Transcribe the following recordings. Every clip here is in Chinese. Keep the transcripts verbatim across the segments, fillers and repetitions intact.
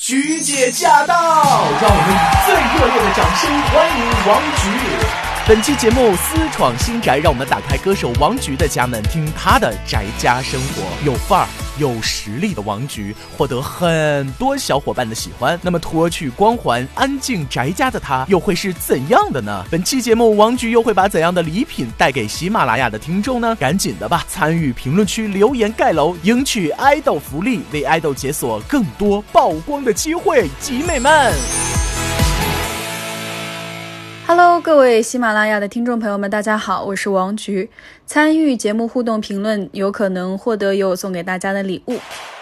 菊姐驾到，让我们以最热烈的掌声欢迎王菊。本期节目私闯新宅，让我们打开歌手王菊的家门，听她的宅家生活。有范儿有实力的王菊获得很多小伙伴的喜欢，那么脱去光环安静宅家的她又会是怎样的呢？本期节目王菊又会把怎样的礼品带给喜马拉雅的听众呢？赶紧的吧，参与评论区留言盖楼，赢取爱豆福利，为爱豆解锁更多曝光的机会，集美们。 Hello， 各位喜马拉雅的听众朋友们，大家好，我是王菊。参与节目互动评论，有可能获得有送给大家的礼物。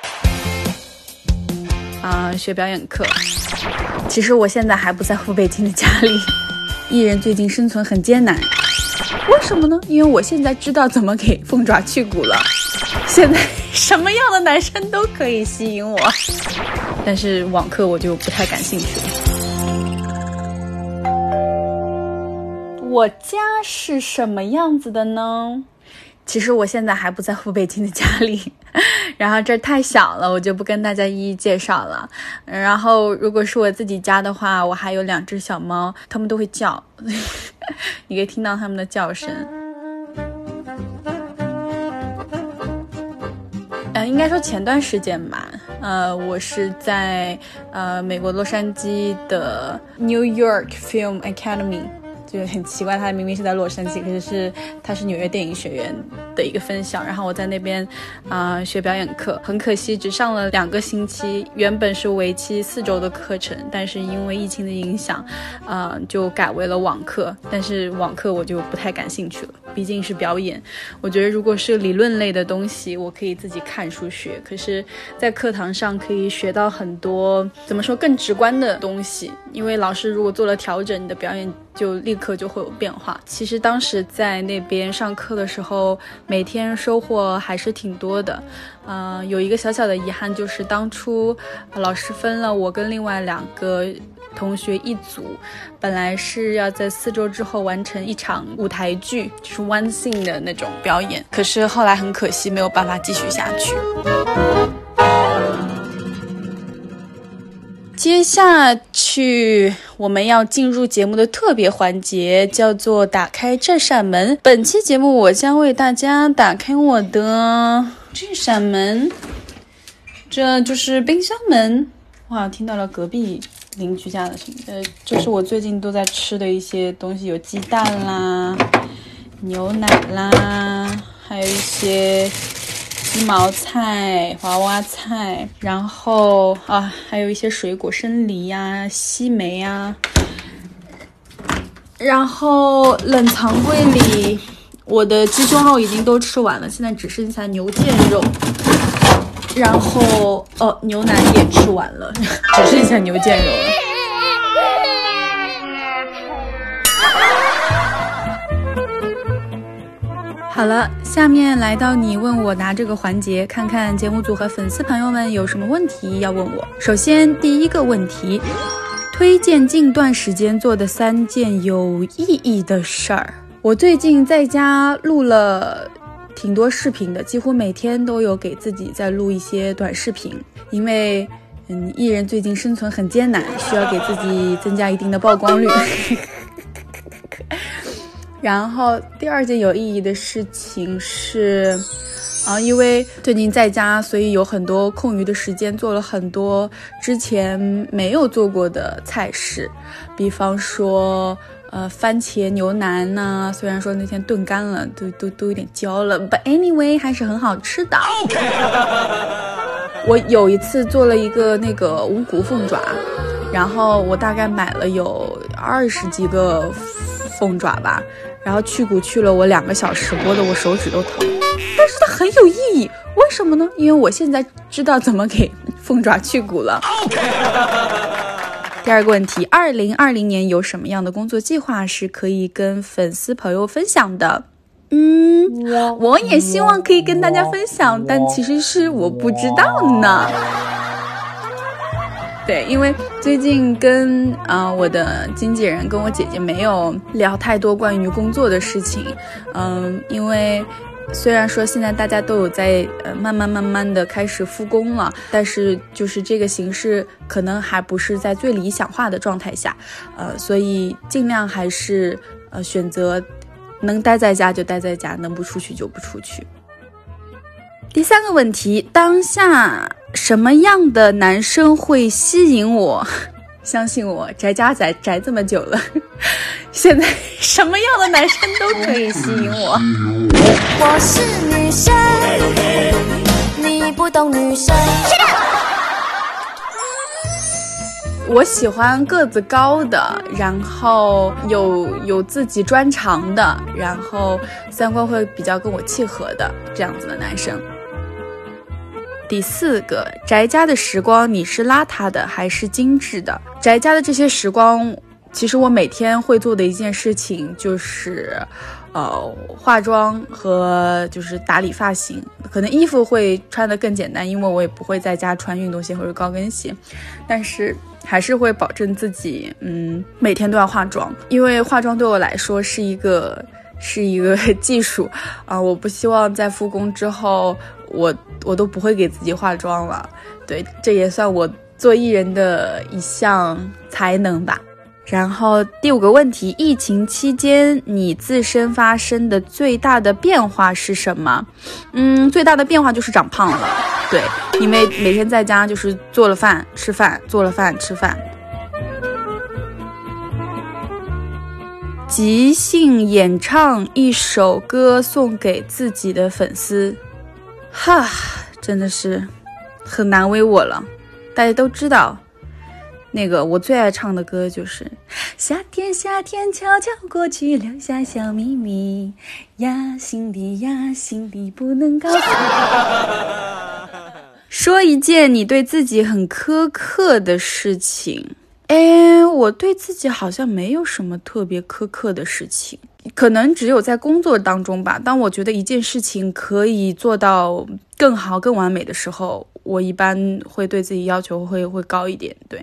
啊、呃，学表演课。其实我现在还不在乎北京的家里，艺人最近生存很艰难。为什么呢？因为我现在知道怎么给凤爪去骨了。现在什么样的男生都可以吸引我，但是网课我就不太感兴趣了。我家是什么样子的呢？其实我现在还不在乎北京的家里，然后这太小了，我就不跟大家一一介绍了。然后如果是我自己家的话，我还有两只小猫，它们都会叫，你可以听到它们的叫声。呃，应该说前段时间吧，呃，我是在呃美国洛杉矶的 New York Film Academy。就很奇怪，他明明是在洛杉矶，可是是他是纽约电影学院的一个分校，然后我在那边啊、呃、学表演课，很可惜只上了两个星期，原本是为期四周的课程，但是因为疫情的影响，呃就改为了网课，但是网课我就不太感兴趣了，毕竟是表演，我觉得如果是理论类的东西，我可以自己看书学，可是在课堂上可以学到很多怎么说更直观的东西，因为老师如果做了调整，你的表演就立刻就会有变化。其实当时在那边上课的时候，每天收获还是挺多的。呃，有一个小小的遗憾，就是当初老师分了我跟另外两个同学一组，本来是要在四周之后完成一场舞台剧，就是 one scene 的那种表演，可是后来很可惜没有办法继续下去。接下去我们要进入节目的特别环节，叫做打开这扇门。本期节目我将为大家打开我的这扇门，这就是冰箱门。哇，听到了隔壁邻居家的声音。呃，这是我最近都在吃的一些东西，有鸡蛋啦、牛奶啦，还有一些鸡毛菜、娃娃菜，然后啊，还有一些水果，生梨呀、西梅呀。然后冷藏柜里，我的鸡胸肉已经都吃完了，现在只剩下牛腱肉。然后哦，牛腩也吃完了，只剩下牛腱肉了。好了，下面来到你问我答这个环节，看看节目组和粉丝朋友们有什么问题要问我。首先第一个问题，推荐近段时间做的三件有意义的事儿。我最近在家录了挺多视频的，几乎每天都有给自己在录一些短视频，因为嗯，艺人最近生存很艰难，需要给自己增加一定的曝光率。然后第二件有意义的事情是啊，因为最近在家，所以有很多空余的时间，做了很多之前没有做过的菜式，比方说呃番茄牛腩呐、啊，虽然说那天炖干了，都都都有点焦了 ，but anyway 还是很好吃的。我有一次做了一个那个五谷凤爪，然后我大概买了有二十几个凤爪吧，然后去骨去了我两个小时，剥得我手指都疼。但是它很有意义，为什么呢？因为我现在知道怎么给凤爪去骨了。第二个问题，二零二零年有什么样的工作计划是可以跟粉丝朋友分享的？嗯，我也希望可以跟大家分享，但其实是我不知道呢。对，因为最近跟啊、呃、我的经纪人跟我姐姐没有聊太多关于工作的事情，嗯，因为虽然说现在大家都有在呃慢慢慢慢的开始复工了，但是就是这个形式可能还不是在最理想化的状态下，呃，所以尽量还是呃选择能待在家就待在家，能不出去就不出去。第三个问题，当下什么样的男生会吸引我？相信我，宅家宅宅这么久了，现在什么样的男生都可以吸引我。 我是女生，你不懂女生。 我喜欢个子高的，然后有有自己专长的，然后三观会比较跟我契合的这样子的男生。第四个，宅家的时光你是邋遢的还是精致的？宅家的这些时光，其实我每天会做的一件事情就是呃化妆和就是打理发型，可能衣服会穿得更简单，因为我也不会在家穿运动鞋或者高跟鞋，但是还是会保证自己嗯每天都要化妆，因为化妆对我来说是一个是一个技术啊、呃，我不希望在复工之后我我都不会给自己化妆了，对，这也算我做艺人的一项才能吧。然后第五个问题，疫情期间你自身发生的最大的变化是什么？嗯，最大的变化就是长胖了，对，因为每天在家就是做了饭吃饭，做了饭吃饭。即兴演唱一首歌送给自己的粉丝，哈，真的是很难为我了。大家都知道那个我最爱唱的歌就是夏天夏天悄悄过去，留下小秘密呀，心底呀心底不能告诉我。说一件你对自己很苛刻的事情。哎，我对自己好像没有什么特别苛刻的事情，可能只有在工作当中吧。当我觉得一件事情可以做到更好更完美的时候，我一般会对自己要求会会高一点。对，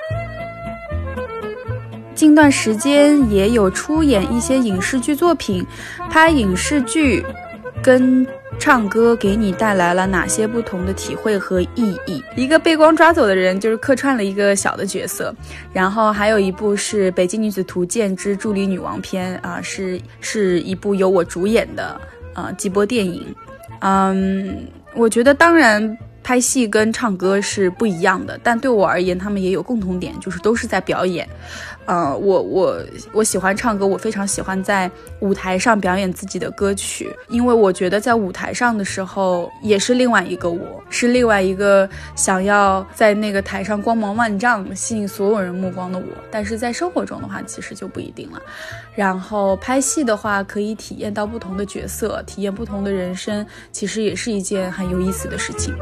近段时间也有出演一些影视剧作品，拍影视剧跟唱歌给你带来了哪些不同的体会和意义？一个被光抓走的人，就是客串了一个小的角色，然后还有一部是《北京女子图鉴之助理女王篇》啊、呃，是是一部由我主演的呃季播电影。嗯，我觉得当然拍戏跟唱歌是不一样的，但对我而言，他们也有共同点，就是都是在表演。呃，我我我喜欢唱歌，我非常喜欢在舞台上表演自己的歌曲，因为我觉得在舞台上的时候也是另外一个我，是另外一个想要在那个台上光芒万丈吸引所有人目光的我，但是在生活中的话其实就不一定了。然后拍戏的话可以体验到不同的角色，体验不同的人生，其实也是一件很有意思的事情。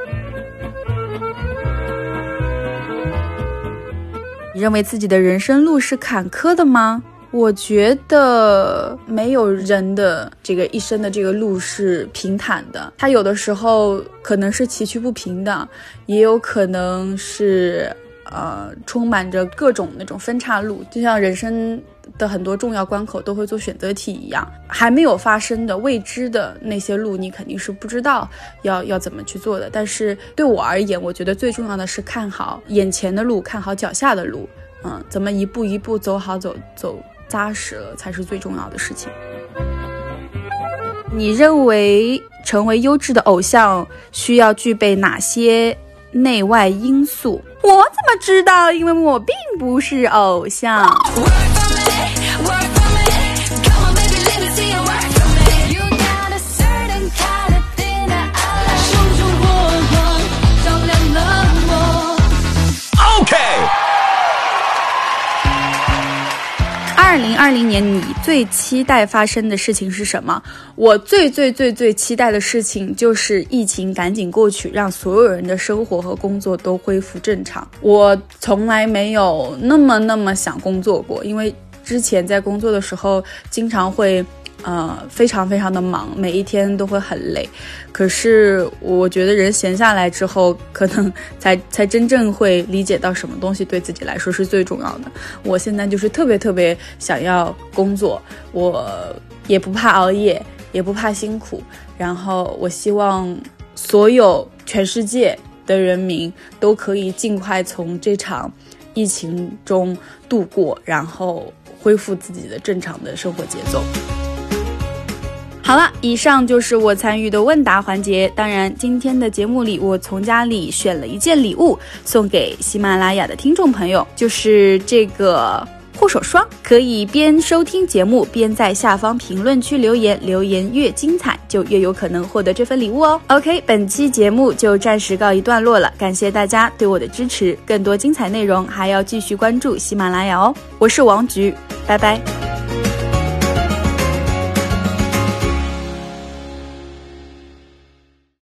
你认为自己的人生路是坎坷的吗？我觉得没有人的这个一生的这个路是平坦的，它有的时候可能是崎岖不平的，也有可能是呃充满着各种那种分岔路，就像人生的很多重要关口都会做选择题一样，还没有发生的未知的那些路你肯定是不知道要要怎么去做的。但是对我而言，我觉得最重要的是看好眼前的路，看好脚下的路，嗯，怎么一步一步走好，走走扎实了才是最重要的事情。你认为成为优质的偶像需要具备哪些内外因素？我怎么知道？因为我并不是偶像。二零二零年你最期待发生的事情是什么？我最最最最期待的事情就是疫情赶紧过去，让所有人的生活和工作都恢复正常。我从来没有那么那么想工作过，因为之前在工作的时候经常会呃，非常非常的忙，每一天都会很累。可是我觉得人闲下来之后，可能才才真正会理解到什么东西对自己来说是最重要的。我现在就是特别特别想要工作，我也不怕熬夜， 也不怕辛苦。然后我希望所有全世界的人民都可以尽快从这场疫情中度过，然后恢复自己的正常的生活节奏。好了，以上就是我参与的问答环节。当然，今天的节目里，我从家里选了一件礼物送给喜马拉雅的听众朋友，就是这个护手霜，可以边收听节目边在下方评论区留言，留言越精彩就越有可能获得这份礼物哦。OK， 本期节目就暂时告一段落了，感谢大家对我的支持，更多精彩内容还要继续关注喜马拉雅哦。我是王菊，拜拜。